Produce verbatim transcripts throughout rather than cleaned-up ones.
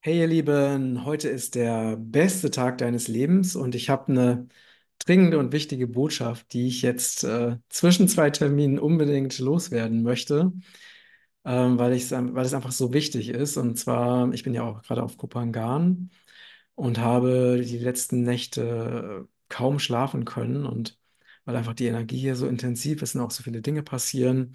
Hey ihr Lieben, heute ist der beste Tag deines Lebens und ich habe eine dringende und wichtige Botschaft, die ich jetzt äh, zwischen zwei Terminen unbedingt loswerden möchte, ähm, weil ich, weil es einfach so wichtig ist. Und zwar, ich bin ja auch gerade auf Kopangan und habe die letzten Nächte kaum schlafen können und weil einfach die Energie hier so intensiv ist und auch so viele Dinge passieren.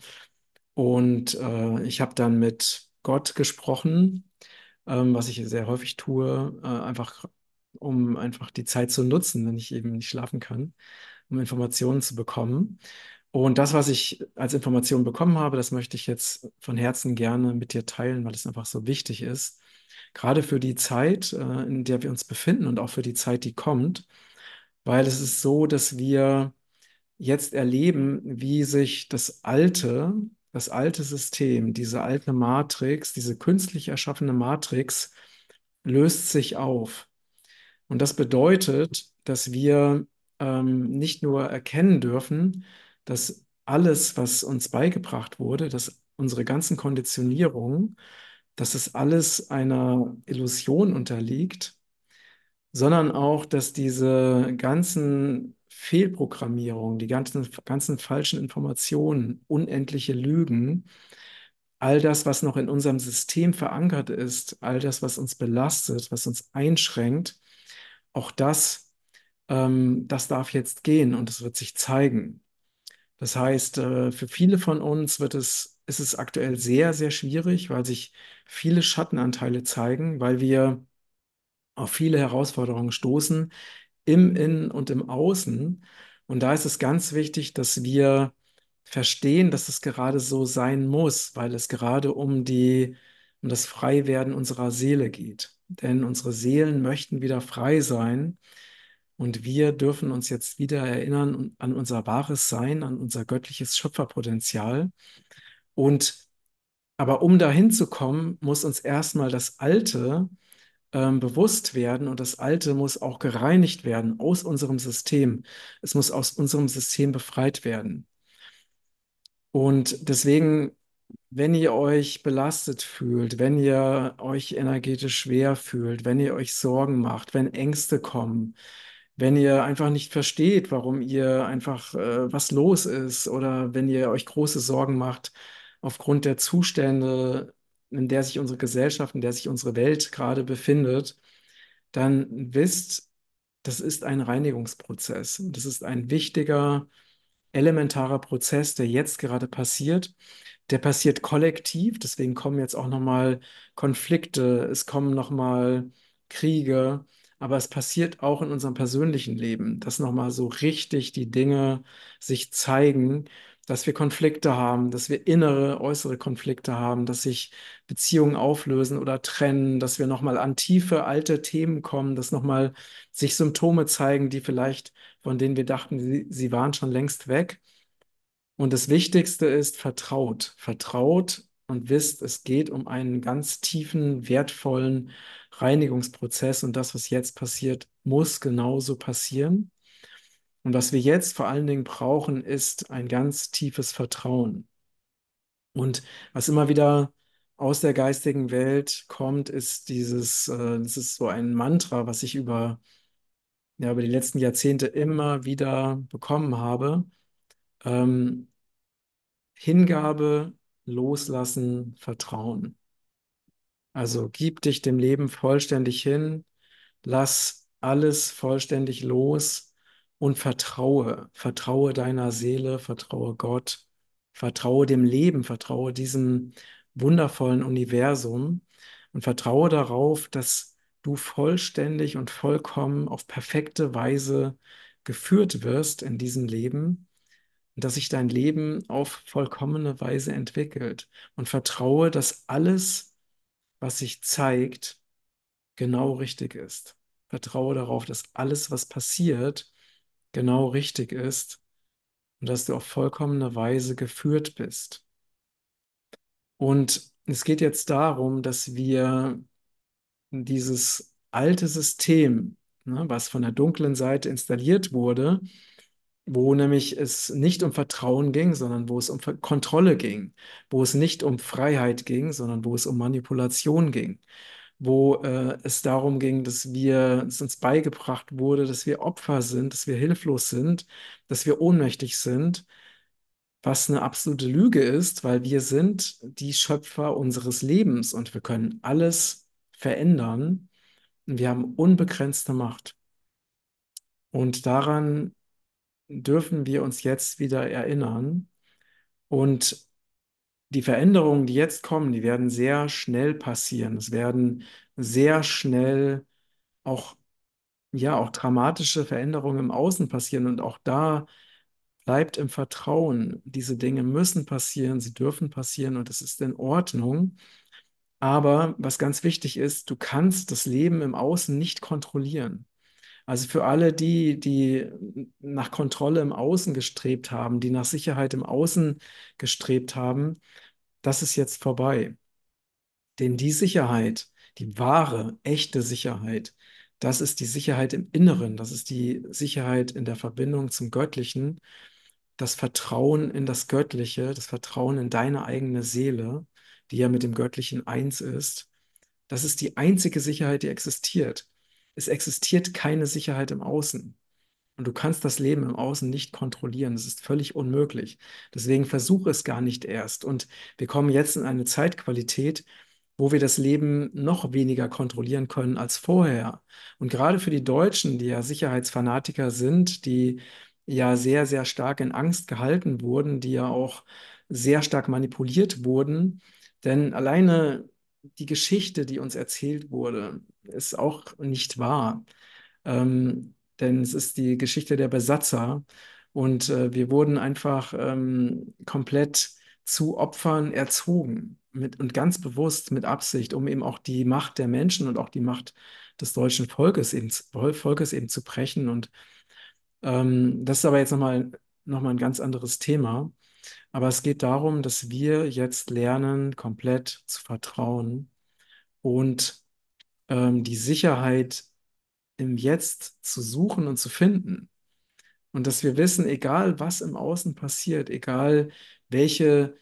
Und äh, ich habe dann mit Gott gesprochen, ähm, was ich sehr häufig tue, äh, einfach um einfach die Zeit zu nutzen, wenn ich eben nicht schlafen kann, um Informationen zu bekommen. Und das, was ich als Information bekommen habe, das möchte ich jetzt von Herzen gerne mit dir teilen, weil es einfach so wichtig ist. Gerade für die Zeit, äh, in der wir uns befinden und auch für die Zeit, die kommt, weil es ist so, dass wir jetzt erleben, wie sich das alte, das alte System, diese alte Matrix, diese künstlich erschaffene Matrix löst sich auf. Und das bedeutet, dass wir ähm, nicht nur erkennen dürfen, dass alles, was uns beigebracht wurde, dass unsere ganzen Konditionierungen, dass es alles einer Illusion unterliegt, sondern auch, dass diese ganzen Fehlprogrammierungen, die ganzen, ganzen falschen Informationen, unendliche Lügen, all das, was noch in unserem System verankert ist, all das, was uns belastet, was uns einschränkt, auch das, ähm, das darf jetzt gehen und es wird sich zeigen. Das heißt, äh, für viele von uns wird es, ist es aktuell sehr, sehr schwierig, weil sich viele Schattenanteile zeigen, weil wir auf viele Herausforderungen stoßen, im Innen und im Außen. Und da ist es ganz wichtig, dass wir verstehen, dass es gerade so sein muss, weil es gerade um die, um das Freiwerden unserer Seele geht. Denn unsere Seelen möchten wieder frei sein und wir dürfen uns jetzt wieder erinnern an unser wahres Sein, an unser göttliches Schöpferpotenzial. Und aber um dahin zu kommen, muss uns erstmal das Alte ähm, bewusst werden und das Alte muss auch gereinigt werden aus unserem System. Es muss aus unserem System befreit werden. Und deswegen, wenn ihr euch belastet fühlt, wenn ihr euch energetisch schwer fühlt, wenn ihr euch Sorgen macht, wenn Ängste kommen, wenn ihr einfach nicht versteht, warum ihr einfach äh, was los ist oder wenn ihr euch große Sorgen macht aufgrund der Zustände, in der sich unsere Gesellschaft, in der sich unsere Welt gerade befindet, dann wisst, das ist ein Reinigungsprozess. Und das ist ein wichtiger, elementarer Prozess, der jetzt gerade passiert. Der passiert kollektiv, deswegen kommen jetzt auch nochmal Konflikte, es kommen nochmal Kriege, aber es passiert auch in unserem persönlichen Leben, dass nochmal so richtig die Dinge sich zeigen, dass wir Konflikte haben, dass wir innere, äußere Konflikte haben, dass sich Beziehungen auflösen oder trennen, dass wir nochmal an tiefe, alte Themen kommen, dass nochmal sich Symptome zeigen, die vielleicht, von denen wir dachten, sie, sie waren schon längst weg. Und das Wichtigste ist vertraut. Vertraut und wisst, es geht um einen ganz tiefen, wertvollen Reinigungsprozess. Und das, was jetzt passiert, muss genauso passieren. Und was wir jetzt vor allen Dingen brauchen, ist ein ganz tiefes Vertrauen. Und was immer wieder aus der geistigen Welt kommt, ist dieses, äh, das ist so ein Mantra, was ich über, ja, über die letzten Jahrzehnte immer wieder bekommen habe. Ähm, Hingabe, Loslassen, Vertrauen. Also gib dich dem Leben vollständig hin, lass alles vollständig los und vertraue. Vertraue deiner Seele, vertraue Gott, vertraue dem Leben, vertraue diesem wundervollen Universum und vertraue darauf, dass du vollständig und vollkommen auf perfekte Weise geführt wirst in diesem Leben und dass sich dein Leben auf vollkommene Weise entwickelt. Und vertraue, dass alles, was sich zeigt, genau richtig ist. Vertraue darauf, dass alles, was passiert, genau richtig ist und dass du auf vollkommene Weise geführt bist. Und es geht jetzt darum, dass wir dieses alte System, ne, was von der dunklen Seite installiert wurde, wo nämlich es nicht um Vertrauen ging, sondern wo es um Ver- Kontrolle ging, wo es nicht um Freiheit ging, sondern wo es um Manipulation ging, wo äh, es darum ging, dass wir, es uns beigebracht wurde, dass wir Opfer sind, dass wir hilflos sind, dass wir ohnmächtig sind, was eine absolute Lüge ist, weil wir sind die Schöpfer unseres Lebens und wir können alles verändern und wir haben unbegrenzte Macht. Und daran dürfen wir uns jetzt wieder erinnern. Und die Veränderungen, die jetzt kommen, die werden sehr schnell passieren. Es werden sehr schnell auch, ja, auch dramatische Veränderungen im Außen passieren. Und auch da bleibt im Vertrauen. Diese Dinge müssen passieren, sie dürfen passieren und es ist in Ordnung. Aber was ganz wichtig ist, du kannst das Leben im Außen nicht kontrollieren. Also für alle die, die nach Kontrolle im Außen gestrebt haben, die nach Sicherheit im Außen gestrebt haben, das ist jetzt vorbei. Denn die Sicherheit, die wahre, echte Sicherheit, das ist die Sicherheit im Inneren, das ist die Sicherheit in der Verbindung zum Göttlichen, das Vertrauen in das Göttliche, das Vertrauen in deine eigene Seele, die ja mit dem Göttlichen eins ist. Das ist die einzige Sicherheit, die existiert. Es existiert keine Sicherheit im Außen. Und du kannst das Leben im Außen nicht kontrollieren. Das ist völlig unmöglich. Deswegen versuche es gar nicht erst. Und wir kommen jetzt in eine Zeitqualität, wo wir das Leben noch weniger kontrollieren können als vorher. Und gerade für die Deutschen, die ja Sicherheitsfanatiker sind, die ja sehr, sehr stark in Angst gehalten wurden, die ja auch sehr stark manipuliert wurden, denn alleine die Geschichte, die uns erzählt wurde, ist auch nicht wahr. Ähm, denn es ist die Geschichte der Besatzer und äh, wir wurden einfach ähm, komplett zu Opfern erzogen mit, und ganz bewusst mit Absicht, um eben auch die Macht der Menschen und auch die Macht des deutschen Volkes eben, zu- Volkes eben zu brechen. Und ähm, das ist aber jetzt nochmal noch mal ein ganz anderes Thema. Aber es geht darum, dass wir jetzt lernen, komplett zu vertrauen und ähm, die Sicherheit im Jetzt zu suchen und zu finden. Und dass wir wissen, egal was im Außen passiert, egal welche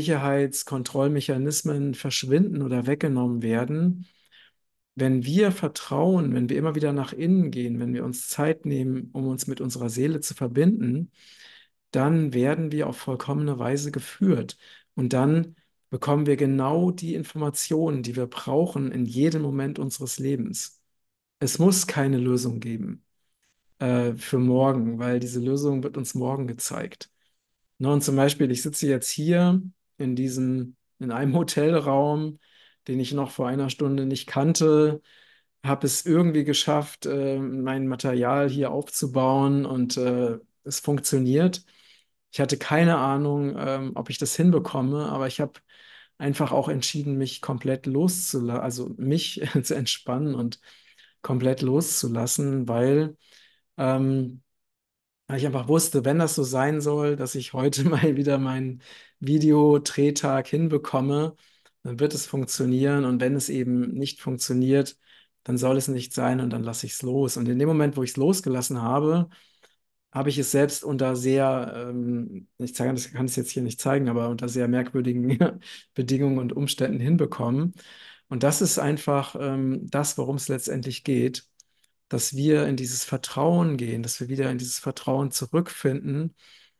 Sicherheitskontrollmechanismen verschwinden oder weggenommen werden, wenn wir vertrauen, wenn wir immer wieder nach innen gehen, wenn wir uns Zeit nehmen, um uns mit unserer Seele zu verbinden, dann werden wir auf vollkommene Weise geführt. Und dann bekommen wir genau die Informationen, die wir brauchen in jedem Moment unseres Lebens. Es muss keine Lösung geben äh, für morgen, weil diese Lösung wird uns morgen gezeigt. Ne, und zum Beispiel, ich sitze jetzt hier in diesem, in einem Hotelraum, den ich noch vor einer Stunde nicht kannte, habe es irgendwie geschafft, äh, mein Material hier aufzubauen und äh, es funktioniert. Ich hatte keine Ahnung, ähm, ob ich das hinbekomme, aber ich habe einfach auch entschieden, mich komplett loszulassen, also mich zu entspannen und komplett loszulassen, weil ähm, weil ich einfach wusste, wenn das so sein soll, dass ich heute mal wieder meinen Videodrehtag hinbekomme, dann wird es funktionieren. Und wenn es eben nicht funktioniert, dann soll es nicht sein und dann lasse ich es los. Und in dem Moment, wo ich es losgelassen habe, habe ich es selbst unter sehr, ähm, ich zeige, das kann es jetzt hier nicht zeigen, aber unter sehr merkwürdigen Bedingungen und Umständen hinbekommen. Und das ist einfach ähm, das, worum es letztendlich geht, dass wir in dieses Vertrauen gehen, dass wir wieder in dieses Vertrauen zurückfinden,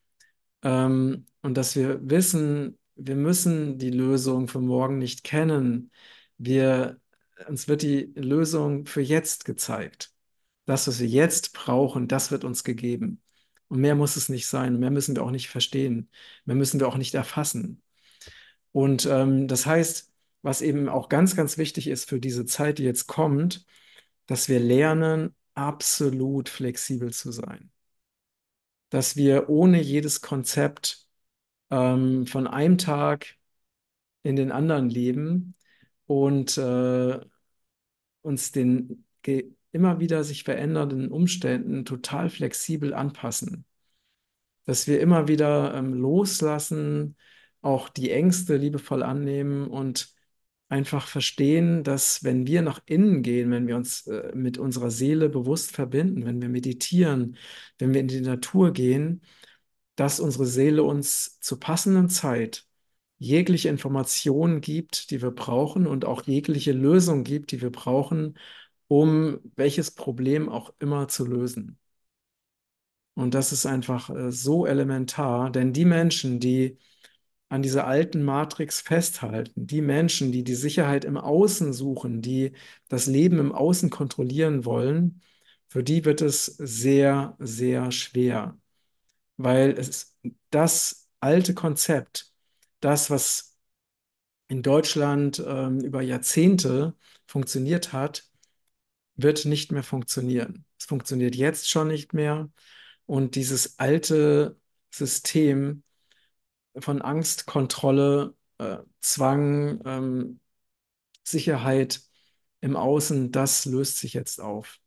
ähm, und dass wir wissen, wir müssen die Lösung für morgen nicht kennen. Wir, uns wird die Lösung für jetzt gezeigt. Das, was wir jetzt brauchen, das wird uns gegeben. Und mehr muss es nicht sein. Mehr müssen wir auch nicht verstehen. Mehr müssen wir auch nicht erfassen. Und ähm, das heißt, was eben auch ganz, ganz wichtig ist für diese Zeit, die jetzt kommt, dass wir lernen, absolut flexibel zu sein. Dass wir ohne jedes Konzept ähm, von einem Tag in den anderen leben und äh, uns den ge- immer wieder sich verändernden Umständen total flexibel anpassen. Dass wir immer wieder ähm, loslassen, auch die Ängste liebevoll annehmen und einfach verstehen, dass wenn wir nach innen gehen, wenn wir uns äh, mit unserer Seele bewusst verbinden, wenn wir meditieren, wenn wir in die Natur gehen, dass unsere Seele uns zur passenden Zeit jegliche Informationen gibt, die wir brauchen und auch jegliche Lösung gibt, die wir brauchen, um welches Problem auch immer zu lösen. Und das ist einfach äh, so elementar, denn die Menschen, die an dieser alten Matrix festhalten, die Menschen, die die Sicherheit im Außen suchen, die das Leben im Außen kontrollieren wollen, für die wird es sehr, sehr schwer, weil es das alte Konzept, das, was in Deutschland ähm, über Jahrzehnte funktioniert hat, wird nicht mehr funktionieren. Es funktioniert jetzt schon nicht mehr. Und dieses alte System von Angst, Kontrolle, äh, Zwang, ähm, Sicherheit im Außen, das löst sich jetzt auf.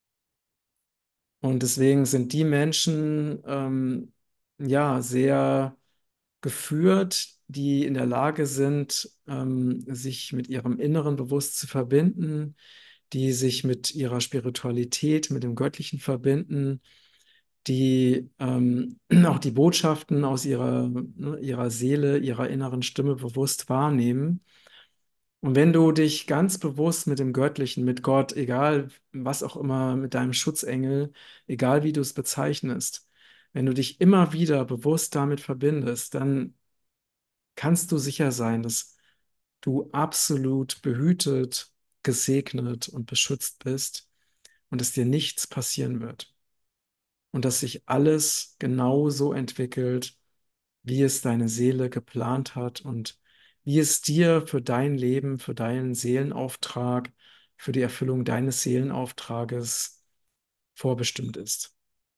Und deswegen sind die Menschen ähm, ja sehr geführt, die in der Lage sind, ähm, sich mit ihrem Inneren bewusst zu verbinden, die sich mit ihrer Spiritualität, mit dem Göttlichen verbinden, die ähm, auch die Botschaften aus ihrer, ne, ihrer Seele, ihrer inneren Stimme bewusst wahrnehmen. Und wenn du dich ganz bewusst mit dem Göttlichen, mit Gott, egal was auch immer, mit deinem Schutzengel, egal wie du es bezeichnest, wenn du dich immer wieder bewusst damit verbindest, dann kannst du sicher sein, dass du absolut behütet, gesegnet und beschützt bist und dass dir nichts passieren wird und dass sich alles genau so entwickelt, wie es deine Seele geplant hat und wie es dir für dein Leben, für deinen Seelenauftrag, für die Erfüllung deines Seelenauftrages vorbestimmt ist.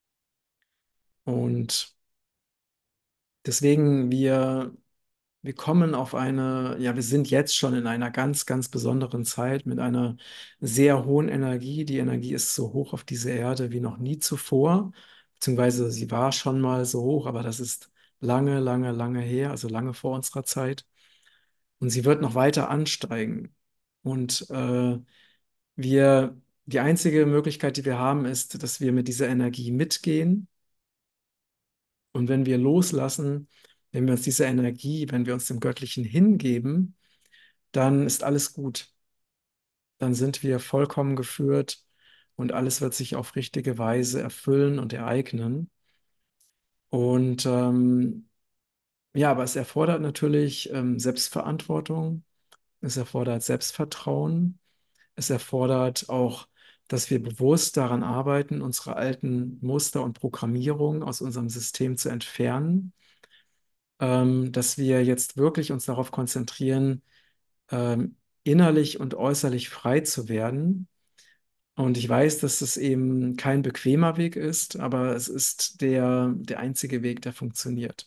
Und deswegen, wir, wir kommen auf eine, ja, wir sind jetzt schon in einer ganz, ganz besonderen Zeit mit einer sehr hohen Energie. Die Energie ist so hoch auf dieser Erde wie noch nie zuvor, beziehungsweise sie war schon mal so hoch, aber das ist lange, lange, lange her, also lange vor unserer Zeit. Und sie wird noch weiter ansteigen. Und äh, wir, die einzige Möglichkeit, die wir haben, ist, dass wir mit dieser Energie mitgehen. Und wenn wir loslassen, wenn wir uns dieser Energie, wenn wir uns dem Göttlichen hingeben, dann ist alles gut. Dann sind wir vollkommen geführt und alles wird sich auf richtige Weise erfüllen und ereignen. Und ähm, ja, aber es erfordert natürlich ähm, Selbstverantwortung, es erfordert Selbstvertrauen. Es erfordert auch, dass wir bewusst daran arbeiten, unsere alten Muster und Programmierungen aus unserem System zu entfernen, ähm, dass wir jetzt wirklich uns darauf konzentrieren, ähm, innerlich und äußerlich frei zu werden. Und ich weiß, dass es eben kein bequemer Weg ist, aber es ist der, der einzige Weg, der funktioniert.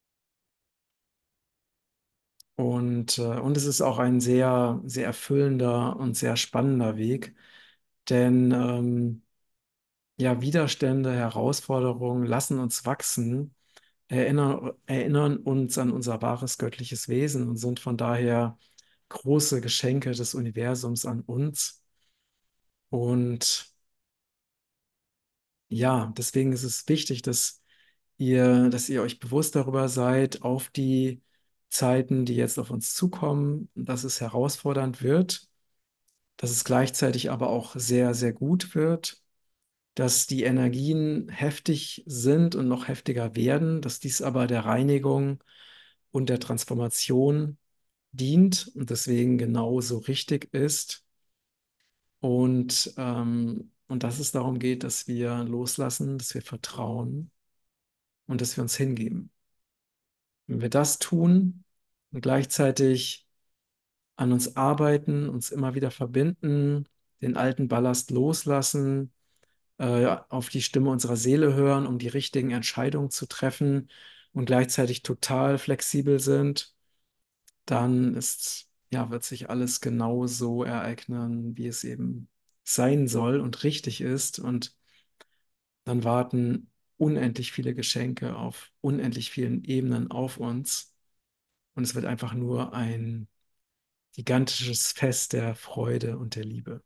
Und, äh, und es ist auch ein sehr, sehr erfüllender und sehr spannender Weg, denn ähm, ja, Widerstände, Herausforderungen lassen uns wachsen, erinnern, erinnern uns an unser wahres göttliches Wesen und sind von daher große Geschenke des Universums an uns. Und ja, deswegen ist es wichtig, dass ihr, dass ihr euch bewusst darüber seid, auf die Zeiten, die jetzt auf uns zukommen, dass es herausfordernd wird, dass es gleichzeitig aber auch sehr, sehr gut wird, dass die Energien heftig sind und noch heftiger werden, dass dies aber der Reinigung und der Transformation dient und deswegen genauso richtig ist. Und, ähm, und dass es darum geht, dass wir loslassen, dass wir vertrauen und dass wir uns hingeben. Wenn wir das tun und gleichzeitig an uns arbeiten, uns immer wieder verbinden, den alten Ballast loslassen, äh, auf die Stimme unserer Seele hören, um die richtigen Entscheidungen zu treffen und gleichzeitig total flexibel sind, dann ist, ja, wird sich alles genau so ereignen, wie es eben sein soll und richtig ist. Und dann warten unendlich viele Geschenke auf unendlich vielen Ebenen auf uns. Und es wird einfach nur ein gigantisches Fest der Freude und der Liebe.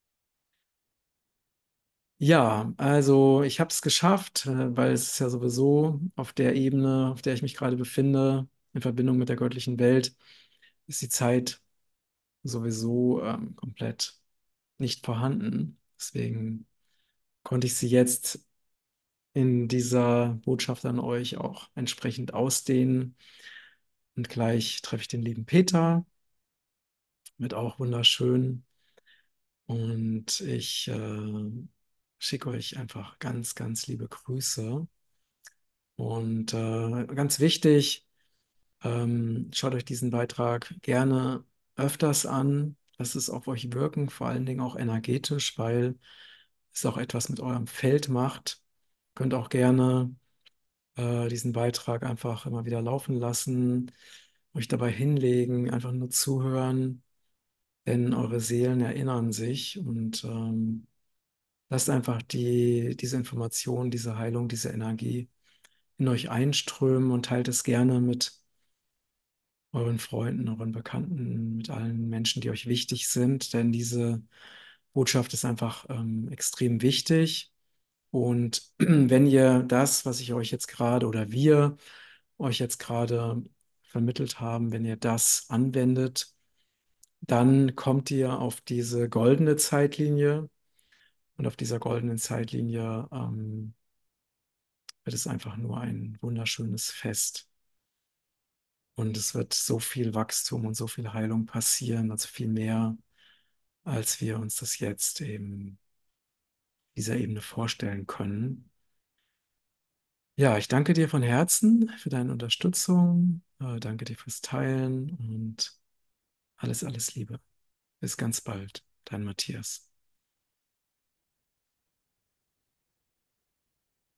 Ja, also ich habe es geschafft, äh, weil es ist ja sowieso auf der Ebene, auf der ich mich gerade befinde. in Verbindung mit der göttlichen Welt ist die Zeit sowieso ähm, komplett nicht vorhanden. Deswegen konnte ich sie jetzt in dieser Botschaft an euch auch entsprechend ausdehnen. Und gleich treffe ich den lieben Peter, wird auch wunderschön. Und ich äh, schicke euch einfach ganz, ganz liebe Grüße. Und äh, ganz wichtig, ähm, schaut euch diesen Beitrag gerne öfters an. Lasst es auf euch wirken, vor allen Dingen auch energetisch, weil es auch etwas mit eurem Feld macht. Könnt auch gerne äh, diesen Beitrag einfach immer wieder laufen lassen, euch dabei hinlegen, einfach nur zuhören, denn eure Seelen erinnern sich und ähm, lasst einfach die, diese Information, diese Heilung, diese Energie in euch einströmen und teilt es gerne mit euren Freunden, euren Bekannten, mit allen Menschen, die euch wichtig sind, denn diese Botschaft ist einfach ähm, extrem wichtig. Und wenn ihr das, was ich euch jetzt gerade oder wir euch jetzt gerade vermittelt haben, wenn ihr das anwendet, dann kommt ihr auf diese goldene Zeitlinie. Und auf dieser goldenen Zeitlinie ähm, wird es einfach nur ein wunderschönes Fest. Und es wird so viel Wachstum und so viel Heilung passieren, also viel mehr, als wir uns das jetzt eben dieser Ebene vorstellen können. Ja, ich danke dir von Herzen für deine Unterstützung. Äh, danke dir fürs Teilen und alles, alles Liebe. Bis ganz bald. Dein Matthias.